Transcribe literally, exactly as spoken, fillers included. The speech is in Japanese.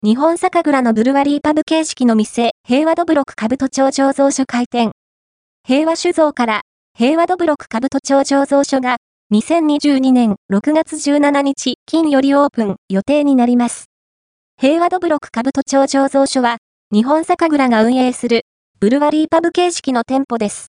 日本酒蔵のブルワリーパブ形式の店、平和どぶろく兜町醸造所開店。平和酒造から平和どぶろく兜町醸造所がにせんにじゅうにねんろくがつじゅうしちにち金よりオープン予定になります。平和どぶろく兜町醸造所は日本酒蔵が運営するブルワリーパブ形式の店舗です。